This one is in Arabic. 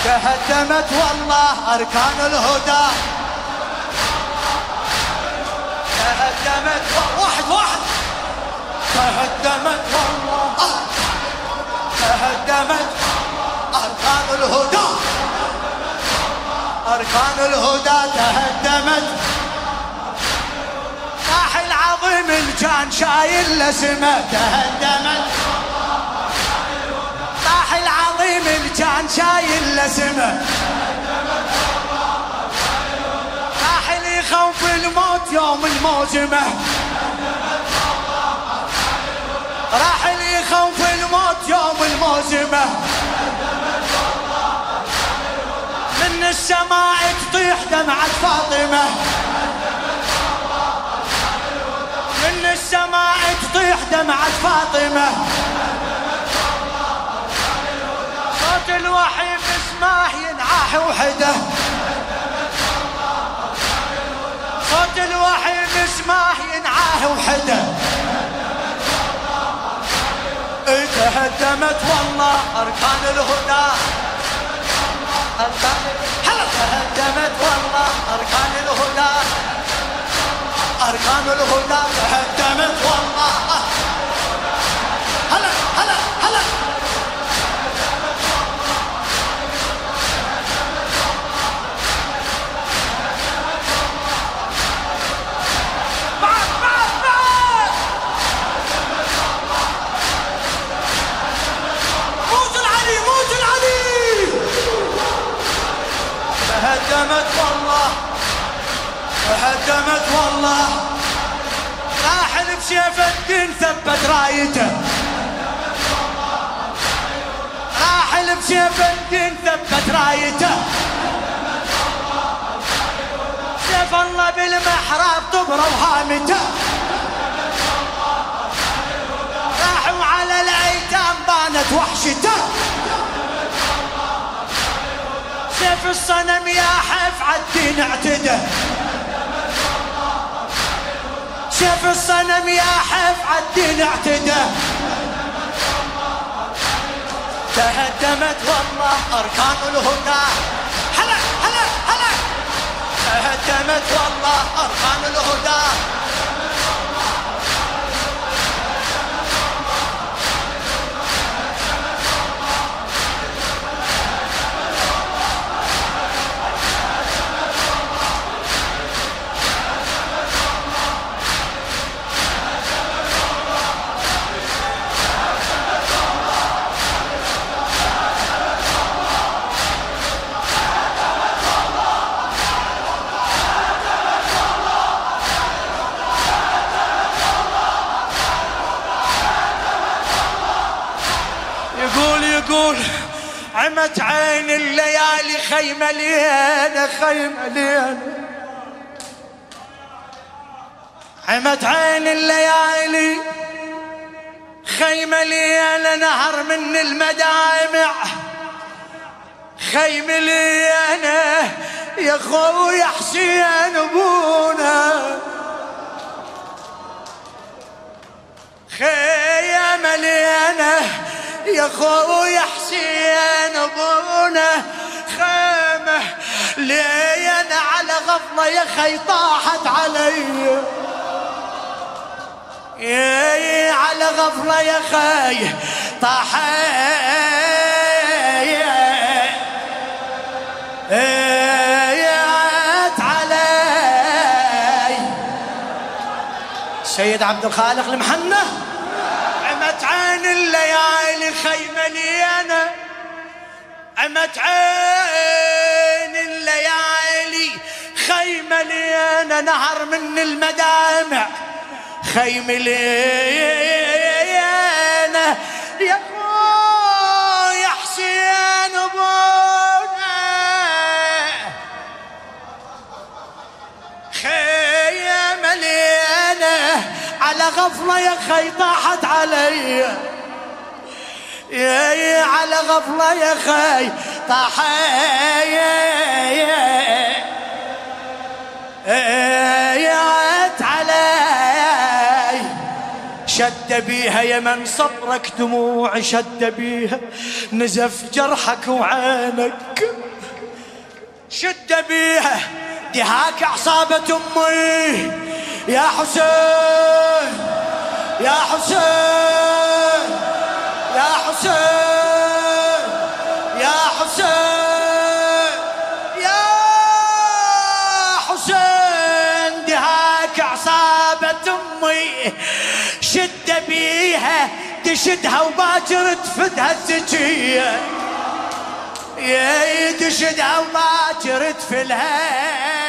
تهدمت والله أركان الهدى، تهدمت واحد واحد، تهدمت والله، تهدمت أركان الهدى، أركان الهدى تهدمت. طاح العظيم اللي كان شايل لسمه تهدمت، طاح العظيم اللي كان شايل لسمه، طاح اللي يخوف الموت يوم الموجمه، راح اللي يخوف الموت يوم الموجمه، من السماء تطيح دمعة فاطمة، من السماء تطيح دمعة فاطمة، صوت الوحي بسماه ينعاح وحده، صوت الوحي بسماه ينعاح وحده. تهدمت والله أركان الهدى، هلا تهدمت والله أركان الهدى، أركان الهدى تهدمت والله، هلا هلا هلا تهدمت والله، تهدمت والله. راحل بسيف الدين ثبت رايته، راحل بسيف الدين ثبت رايته، سيف الله بالمحراب طبره وهامته، راحوا على الايتام بانت وحشته، سيف الصنم يا حف عالدين اعتدى، سيف الصنم يا حف عالدين اعتدى. تهدمت والله أركان الهدى، هلا هلا هلا تهدمت والله أركان الهدى، يقول عمت عين الليالي خيمة لينا، خيمة لينا، عمت عين الليالي خيمة لينا، نهر من المدامع خيمة لينا، يا خويا حسين ابونا، خيمة لينا يا خويا حسين ابونا، خيمة لينا على غفلة يا خي طاحت علي، يا على غفلة يا خي طاحت علي. السيد عبد الخالق المحنة عمت عين الليالي خيمة لينا، عمت عين الليالي خيمة لينا، نهر من المدامع خيمة لينا، يا خويا حسين ابونا، خيمة لينا على غفلة يا خي طاحت علي، يا على غفلة يا خي طاحت علي. شد بيها يمن صبرك دموع شد بيها نزف جرحك وعينك شد بيها دهاك عصابة أمي يا حسين يا حسين يا حسين يا حسين يا حسين دهاك عصابة أمي شد بيها تشدها وباكر تفدها الزكية يا تشدها وباكر تفلها